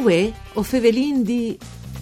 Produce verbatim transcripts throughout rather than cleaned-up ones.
Uè, o fevelin di...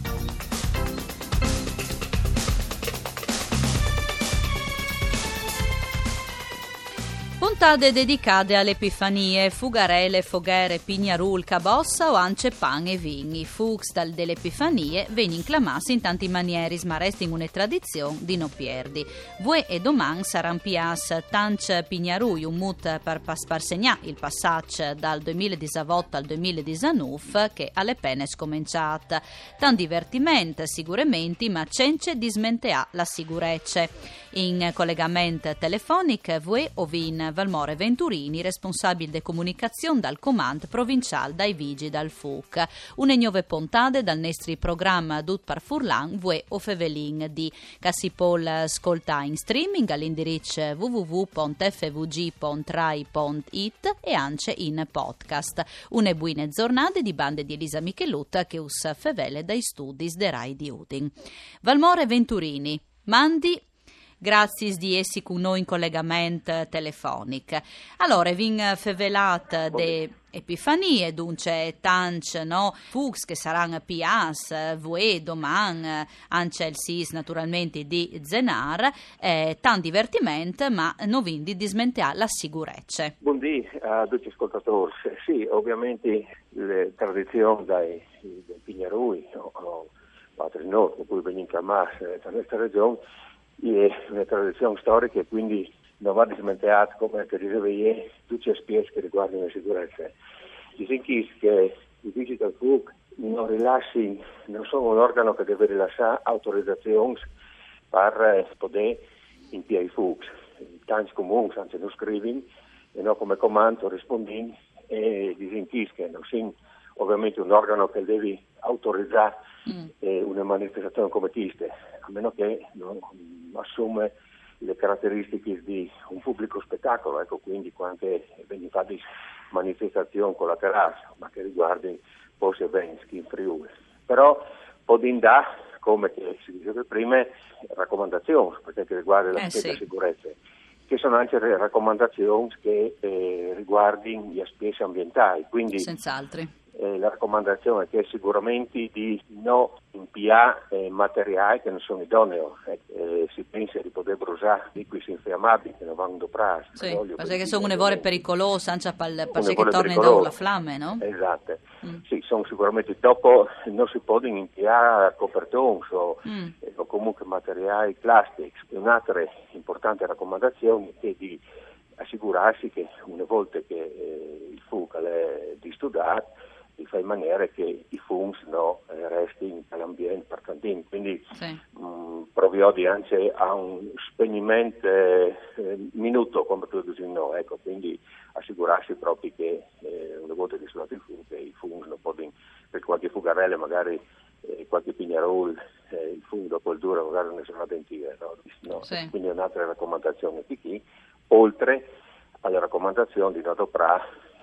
Puntate dedicate alle epifanie, fugarele, foghere, pignarul, cabossa o ance pan e vini. Fux dal delle epifanie veni inclamassi in tanti manieri, ma resti in una tradizione di no pierdi. Vue e doman saran pias tanc pignarui, un mut per sparsegna il passaggio dal duemiladiciotto al duemiladiciannove che alle pene scominciata. Tan divertimento sicuramente, ma cence dismentea la sicurezza. In collegamento telefonico vue ovin Valmore Venturini, responsabile de comunicazione dal Comand Provincial dai Vigi dal F U C. Une nuove puntate dal nostro programma Dut par Furlan, vue o fevelin di che si può ascoltare in streaming all'indirizzo w w w punto f v g punto rai punto i t e anche in podcast. Une buone giornate di bande di Elisa Michelutta che us fevele dai studi de Rai di Udin. Valmore Venturini, mandi grazie di essi con noi in collegamento telefonico. Allora, vin fevelat de epifanie, dunque tanc, no? Fux che saranno pias, vue, doman, anche il sis naturalmente di Zenar, eh, tan divertimento, ma non vindi dismentea la sicurezza. Buondì a tutti gli ascoltatori. Sì, ovviamente le tradizioni dai, dai Pignarui o, o altri nord, che poi vengono chiamati da questa regione, è una tradizione storica e quindi non va dismentata, come diceva ieri, tutte le spese che riguardano la sicurezza. Dicono che i Digital F U C non rilassi, non sono un organo che deve rilasciare autorizzazioni per poter impiegare i F U C. Tanti comuni, anzi non scrivono, e non come comando rispondono e dicono che non sono ovviamente un organo che deve autorizzare mm. eh, una manifestazione come questa, a meno che non assume le caratteristiche di un pubblico spettacolo, ecco, quindi quando vengono fatte manifestazioni collaterali, ma che riguardano posti e beni in Friuli. Però podin dare, come si diceva prima, raccomandazioni perché che riguarda la eh, sì. sicurezza, che sono anche raccomandazioni che eh, riguardano gli aspetti ambientali, quindi senz'altro. Eh, la raccomandazione è che sicuramente di non impiegare eh, materiali che non sono idonei. Eh, eh, si pensa di poter usare liquidi infiammabili che non vanno doprati. Sì, perché sono une vore pericolose, anche per che tornino da la fiamme, no? Esatto. Mm. Sì, sono sicuramente dopo non si possono impiegare copertoni o, mm. eh, o comunque materiali plastici. Un'altra importante raccomandazione è di assicurarsi che una volta che eh, il F U C è distudato si fa in maniera che i funghi no, eh, restino all'ambiente per tanti. Quindi sì. mh, provvedi anche a un spegnimento eh, minuto, come tu dici no, ecco, quindi assicurarsi proprio che eh, una volta disturbato il fungo, che i funghi non possono, per qualche fugarelle magari eh, qualche pignarol, eh, il fungo dopo il duro magari non sono dentire, no? No. Sì. Quindi un'altra raccomandazione di chi, oltre alle raccomandazioni di non adoprare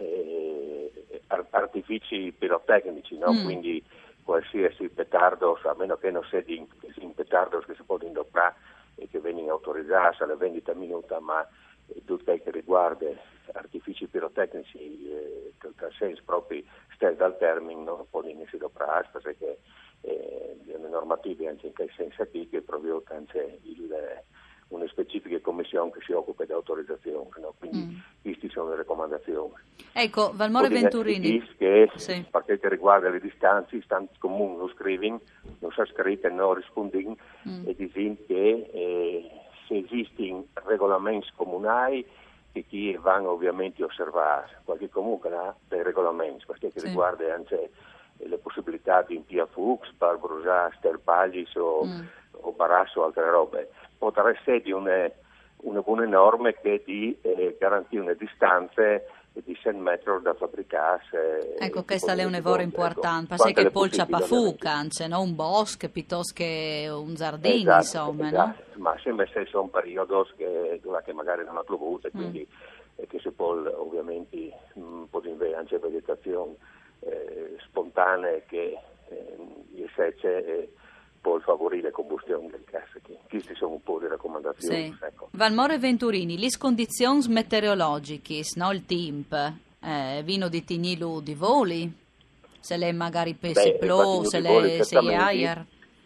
eh, artifici pirotecnici, no? Mm. Quindi qualsiasi petardo, a meno che non sia di petardo che si può indoprare e che vengono autorizzati alla vendita minuta, ma eh, tutto quel che riguarda artifici pirotecnici, eh, in tal senso proprio stessi dal termine, non possono essere adoprati perché eh, di una normativa anche in quel senso qui che proprio anche il una specifica commissione che si occupa di autorizzazione, no? Quindi mm. queste sono le raccomandazioni. Ecco, Valmore Venturini. Che sì. per quel che riguarda le distanze, stanti comuni non scrivono, non sa scrivere, non rispondono mm. e dicono che eh, se esistono regolamenti comunali che chi vanno ovviamente osservati, qualche comunque ha dei regolamenti, perché che sì. riguarda anche le possibilità di impiegare F U C, per bruciare sterpagli o, mm. o barasso o altre robe. Potrà essere di una, una buona norma che di eh, garantire una distanza di sei metri da fabbricarsi. Ecco, questa è una cosa importante, perché che poi c'è pafuca, anzi, no? Un bosco piuttosto che un giardino, esatto, insomma, esatto. No? Ma sembra se sono periodi che, che magari non ha piovuto, quindi mm. eh, che si può ovviamente un po' di anche vegetazione eh, spontanea che eh, gli secce eh, può favorire la combustione del gas. Queste sono un po' di raccomandazioni. Sì. Ecco. Valmore Venturini, le condizioni meteorologiche, no? Il tempo, eh, vino di Tignilu di voli? se lei magari pensi Beh, plo, se lei se è aer.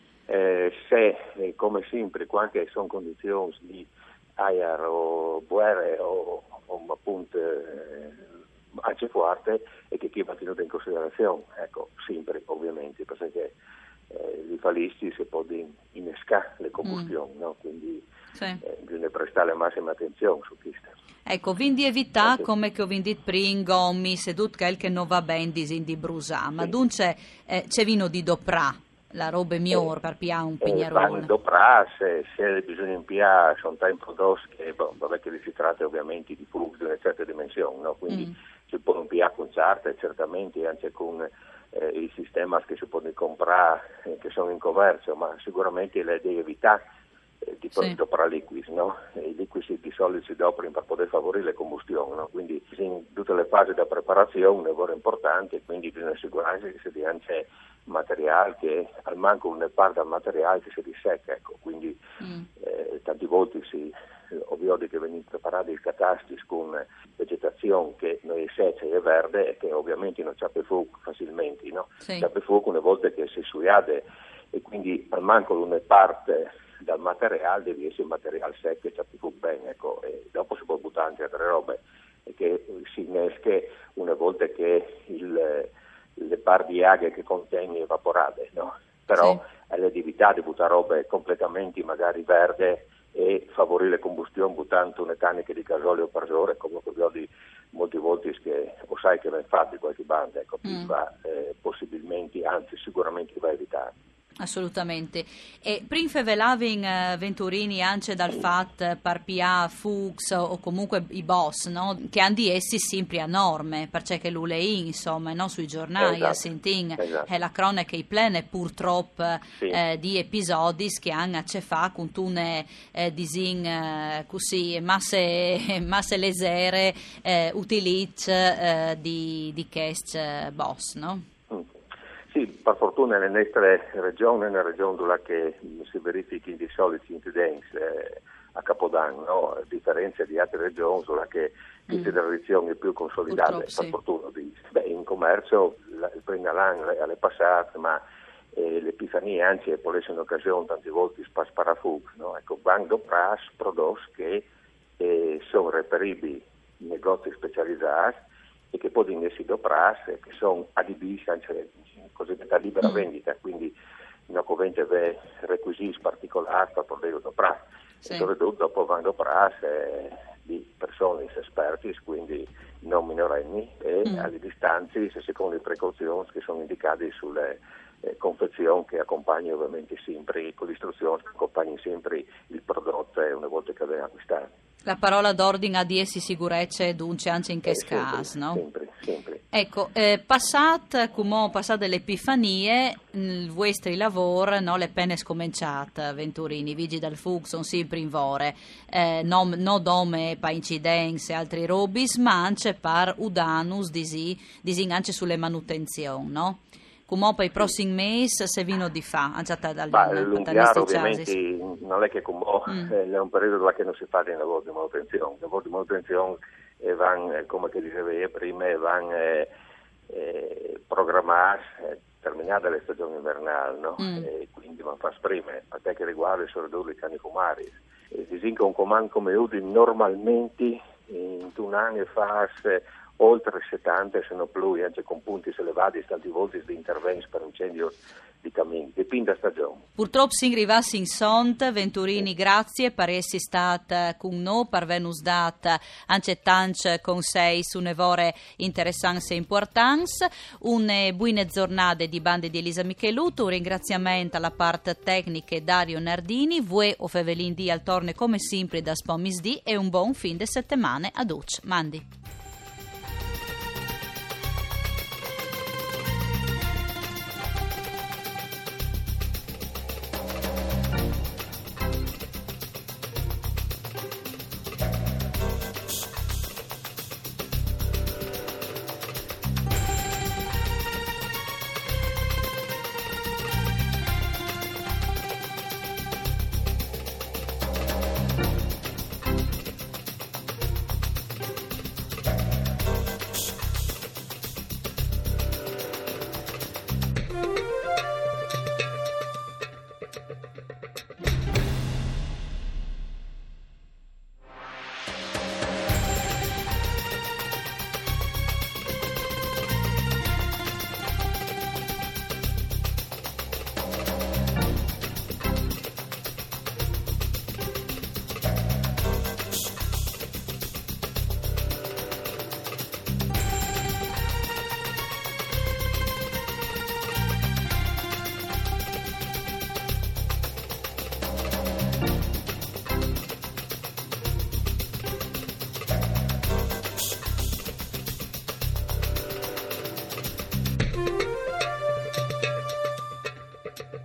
Eh, se, eh, come sempre, quando sono condizioni di aer o guerre o, o appunto eh, anche forte, e che chi va tenuto in considerazione, ecco, sempre ovviamente, perché eh, i falisti si può innescare le combustioni, mm. no? Quindi sì. eh, bisogna prestare la massima attenzione su questo. Ecco, quindi evità, sì. come che ho detto prima, gommi, sedut quel che non va bene disin di brusà, ma sì. dunque eh, c'è vino di doprà, la roba migliore eh, per piare un pignarone. Eh, doprà, se, se bisogna impiare, sono tanti prodotti che, boh, vabbè che si tratta ovviamente di frutta di una certa dimensione, no? Quindi mm. si può impiare con certe, certamente anche con eh, i sistemi che si possono comprare, eh, che sono in commercio, ma sicuramente le devi evitare eh, di sì. doprà liquidi, no? I liquidi di solito si doprano per poter favorire le combustioni, no? Quindi in tutte le fasi di preparazione un lavoro importante, quindi bisogna assicurarsi che si dia anche materiale che al manco una parte del materiale che si dissecca, ecco, quindi mm. eh, tanti volte si ovvio che vengono preparati i catastis con vegetazione che non è secca e verde e che ovviamente non c'è fuoco facilmente, no? Sì. C'è fuoco una volta che si suiade e quindi al manco una parte dal materiale deve essere materiale secco e c'è fuoco bene, ecco, e dopo si può buttare anche altre robe e che si innesca una volta che il le par di aghe che contiene evaporate, no? Però sì. è l'attività di buttare robe completamente magari verde e favorire la combustione buttando una canica di gasolio per ore, come di molti volte che o sai che va infatti qualche banda, ecco, mm. va eh, possibilmente, anzi sicuramente va a evitare. Assolutamente. E prima velavin uh, Venturini anche dal fatto per P A, Fuchs o comunque i boss, no? Che hanno di essi sempre a norme, perché l'U L E I, insomma, no? Sui giornali, esatto. a Sentin, esatto. è la cronaca i plene purtroppo sì. eh, di episodi che hanno a che fa con une eh, disin eh, così, masse, masse lesere eh, utilizzo eh, di, di cash eh, boss, no? Sì, per fortuna nelle nostre regioni, nella regione dove si verificano di soliti incidenti eh, a Capodanno, no? A differenza di altre regioni dove che queste mm. tradizioni più consolidate, per sì. fortuna. Beh, in commercio la, il primo anno è passato, ma eh, l'Epifania anzi può essere un'occasione tante volte per sparafug, no? Ecco, quando pras prodotti che eh, sono reperibili in negozi specializzati e che poi essere dopras che sono adibiti anche cosiddetta libera mm. vendita, quindi non convence avere requisiti particolari per poter doprare. Sì. E soprattutto dopo vanno doprare eh, di persone esperti, quindi non minorenni, e mm. alle distanze secondo le precauzioni che sono indicate sulle eh, confezioni che accompagnano ovviamente sempre, con le istruzioni che accompagnano sempre il prodotto una volta che viene acquistato. La parola d'ordine a diessi sicurezza e dunque anche in che eh, caso, no? Sempre, sempre. Ecco, eh, passat, come passate le Epifanie, il vostro lavoro, no, le penne scominciate, Venturini, vigi dal Fug, sono sempre in vore, eh, non no dome pa incidenze e altri robis, ma anche par udanus, disi, disi anche sulle manutenzioni, no? Come per i prossimi mesi se vino di fa, anche dal l'unghero ovviamente non è che come mm. è un periodo dove non si fa il lavoro di manutenzione, il lavoro di manutenzione e van, come che diceva prima, vanno eh, eh, programmati, eh, terminata la stagione invernale, no? Mm. E quindi non fa prima, a te che riguarda soprattutto i cani fumari. E si un comando come Udi normalmente in un anno fa oltre settanta, se non più, anche con punti elevati, tanti volti di interventi per incendio di cammini, dipende da stagione. Purtroppo si arrivasse in sont, Venturini, grazie per essere stata con noi, per avernos dato anche tanti consigli su nevore interessanti e importanti. Una buona giornata di bande di Elisa Micheluto, un ringraziamento alla parte tecnica Dario Nardini, voi o Fevelin di al torne come sempre da Spomis D e un buon fin de settimane ad Uc. Mandi. Thank you.